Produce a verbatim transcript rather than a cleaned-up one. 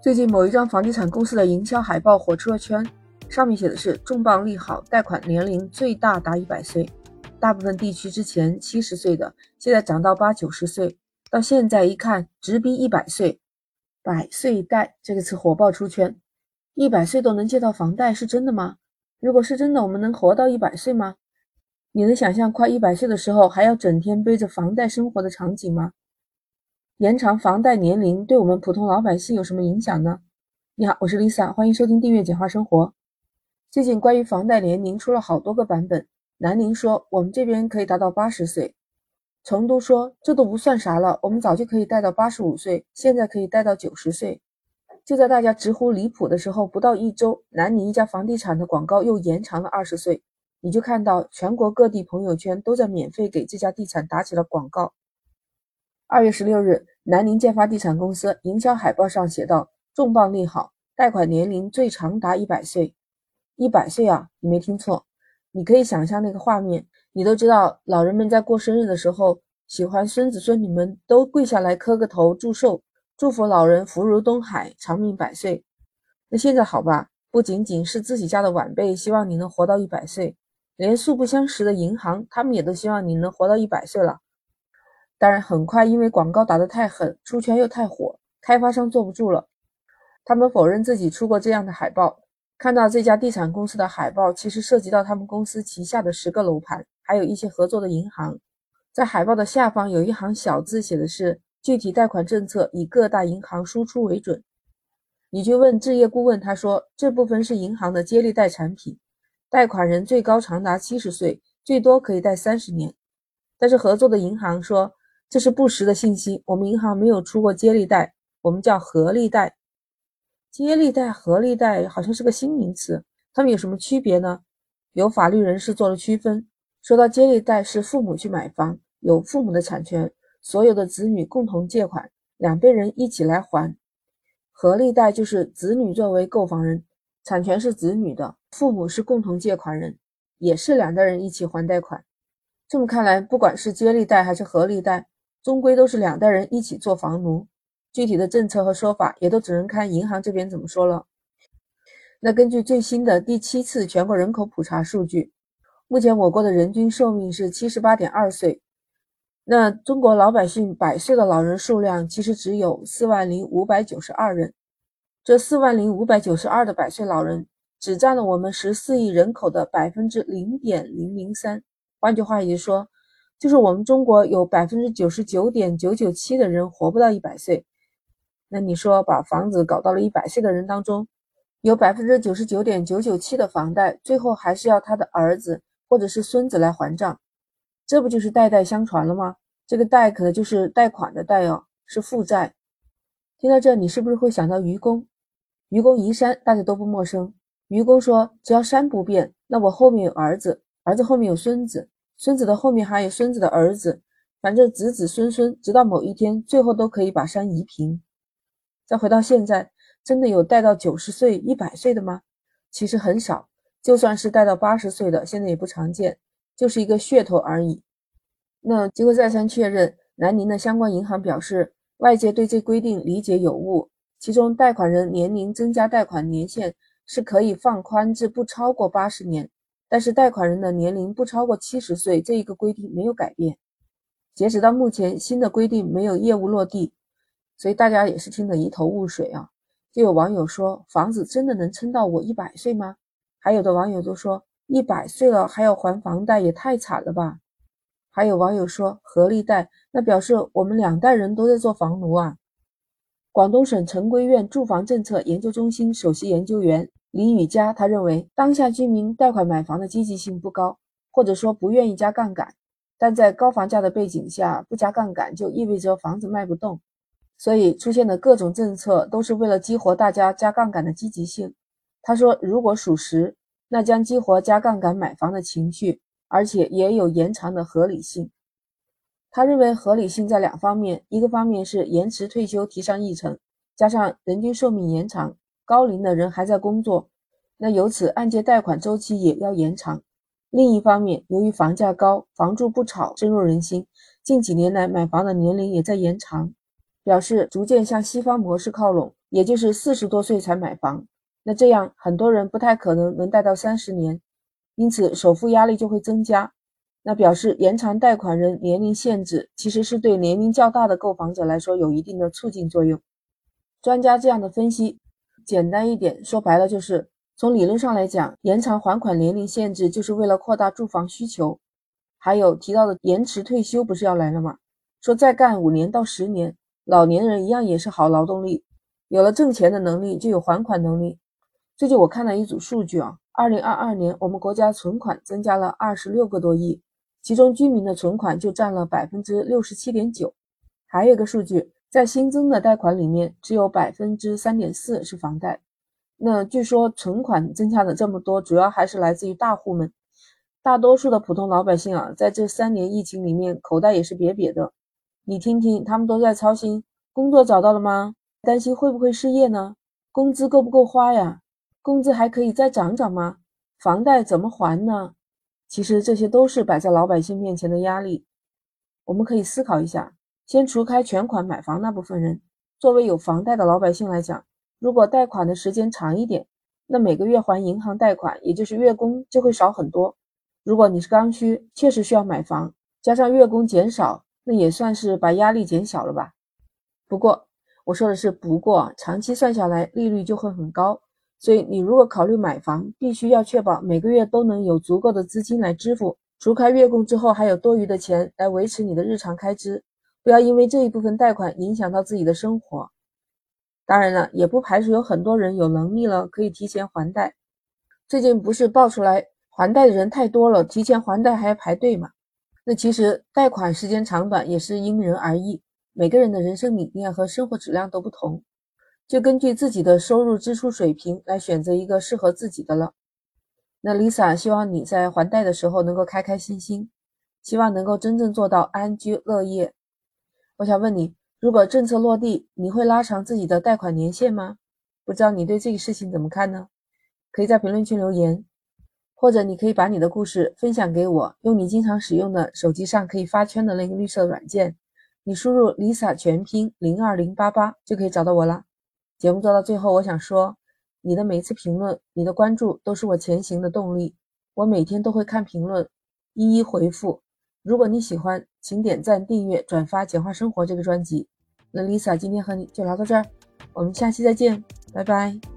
最近某一张房地产公司的营销海报火出了圈，上面写的是重磅利好，贷款年龄最大达一百岁。大部分地区之前七十岁的，现在涨到八九十岁，到现在一看直逼一百岁。百岁贷这个词火爆出圈，一百岁都能借到房贷是真的吗？如果是真的，我们能活到一百岁吗？你能想象快一百岁的时候还要整天背着房贷生活的场景吗？延长房贷年龄对我们普通老百姓有什么影响呢？你好，我是 Lisa， 欢迎收听订阅简化生活。最近关于房贷年龄出了好多个版本，南宁说我们这边可以达到八十岁，成都说这都不算啥了，我们早就可以贷到八十五岁，现在可以贷到九十岁。就在大家直呼离谱的时候，不到一周，南宁一家房地产的广告又延长了二十岁，你就看到全国各地朋友圈都在免费给这家地产打起了广告。二月十六日，南宁建发地产公司营销海报上写道：重磅利好，贷款年龄最长达一百岁。一百岁啊，你没听错。你可以想象那个画面，你都知道老人们在过生日的时候，喜欢孙子孙女们都跪下来磕个头祝寿，祝福老人福如东海，长命百岁。那现在好吧，不仅仅是自己家的晚辈希望你能活到一百岁，连素不相识的银行，他们也都希望你能活到一百岁了。当然很快因为广告打得太狠，出圈又太火，开发商坐不住了，他们否认自己出过这样的海报。看到这家地产公司的海报，其实涉及到他们公司旗下的十个楼盘，还有一些合作的银行。在海报的下方有一行小字，写的是具体贷款政策以各大银行输出为准。你去问置业顾问，他说这部分是银行的接力贷产品，贷款人最高长达七十岁，最多可以贷三十年。但是合作的银行说这是不实的信息，我们银行没有出过接力贷，我们叫合力贷。接力贷、合力贷好像是个新名词，它们有什么区别呢？有法律人士做了区分，说到接力贷是父母去买房，有父母的产权，所有的子女共同借款，两辈人一起来还。合力贷就是子女作为购房人，产权是子女的，父母是共同借款人，也是两代人一起还贷款。这么看来，不管是接力贷还是合力贷，终归都是两代人一起做房奴，具体的政策和说法也都只能看银行这边怎么说了。那根据最新的第七次全国人口普查数据，目前我国的人均寿命是 七十八点二岁，那中国老百姓百岁的老人数量其实只有四万零五百九十二人，这四万零五百九十二的百岁老人只占了我们十四亿人口的 百分之零点零零三。换句话也说，就是我们中国有 百分之九十九点九九七 的人活不到一百岁。那你说把房子搞到了一百岁的人当中，有 百分之九十九点九九七 的房贷最后还是要他的儿子或者是孙子来还账，这不就是代代相传了吗？这个贷可能就是贷款的贷哦，是负债。听到这你是不是会想到愚公？愚公移山大家都不陌生，愚公说只要山不变，那我后面有儿子，儿子后面有孙子，孙子的后面还有孙子的儿子，反正子子孙孙直到某一天最后都可以把山移平。再回到现在，真的有贷到九十岁、一百岁的吗？其实很少，就算是贷到八十岁的，现在也不常见，就是一个噱头而已。那经过再三确认，南宁的相关银行表示，外界对这规定理解有误，其中贷款人年龄增加贷款年限是可以放宽至不超过八十年，但是贷款人的年龄不超过七十岁这一个规定没有改变。截止到目前，新的规定没有业务落地，所以大家也是听得一头雾水啊。就有网友说，房子真的能撑到我一百岁吗？还有的网友都说，一百岁了还要还房贷，也太惨了吧。还有网友说，合力贷那表示我们两代人都在做房奴啊。广东省城规院住房政策研究中心首席研究员李宇佳他认为，当下居民贷款买房的积极性不高，或者说不愿意加杠杆，但在高房价的背景下，不加杠杆就意味着房子卖不动，所以出现的各种政策都是为了激活大家加杠杆的积极性。他说，如果属实，那将激活加杠杆买房的情绪，而且也有延长的合理性。他认为合理性在两方面，一个方面是延迟退休提上议程，加上人均寿命延长，高龄的人还在工作，那由此按揭贷款周期也要延长。另一方面，由于房价高，房住不炒深入人心，近几年来买房的年龄也在延长，表示逐渐向西方模式靠拢， 也就是四十多岁才买房，那这样很多人不太可能能贷到三十年，因此首付压力就会增加。那表示延长贷款人年龄限制其实是对年龄较大的购房者来说有一定的促进作用。专家这样的分析，简单一点说白了就是从理论上来讲，延长还款年龄限制就是为了扩大住房需求。还有提到的延迟退休不是要来了吗？说再干五年到十年，老年人一样也是好劳动力，有了挣钱的能力就有还款能力。最近我看了一组数据啊，二零二二年我们国家存款增加了二十六个多亿，其中居民的存款就占了 百分之六十七点九。 还有一个数据，在新增的贷款里面只有 百分之三点四 是房贷。那据说存款增加的这么多，主要还是来自于大户们。大多数的普通老百姓啊，在这三年疫情里面口袋也是瘪瘪的。你听听，他们都在操心工作找到了吗？担心会不会失业呢？工资够不够花呀？工资还可以再涨涨吗？房贷怎么还呢？其实这些都是摆在老百姓面前的压力。我们可以思考一下，先除开全款买房那部分人，作为有房贷的老百姓来讲，如果贷款的时间长一点，那每个月还银行贷款，也就是月供就会少很多。如果你是刚需，确实需要买房，加上月供减少，那也算是把压力减小了吧。不过我说的是不过长期算下来利率就会很高，所以你如果考虑买房，必须要确保每个月都能有足够的资金来支付，除开月供之后还有多余的钱来维持你的日常开支，不要因为这一部分贷款影响到自己的生活。当然了，也不排除有很多人有能力了可以提前还贷。最近不是爆出来还贷的人太多了，提前还贷还要排队嘛？那其实贷款时间长短也是因人而异，每个人的人生理念和生活质量都不同，就根据自己的收入支出水平来选择一个适合自己的了。那 Lisa 希望你在还贷的时候能够开开心心，希望能够真正做到安居乐业。我想问你，如果政策落地，你会拉长自己的贷款年限吗？不知道你对这个事情怎么看呢？可以在评论区留言，或者你可以把你的故事分享给我，用你经常使用的手机上可以发圈的那个绿色软件，你输入 Lisa 全拼零二零八八就可以找到我了。节目做到最后，我想说，你的每一次评论，你的关注都是我前行的动力。我每天都会看评论，一一回复。如果你喜欢，请点赞、订阅、转发《简化生活》这个专辑。那 Lisa 今天和你就聊到这儿，我们下期再见，拜拜。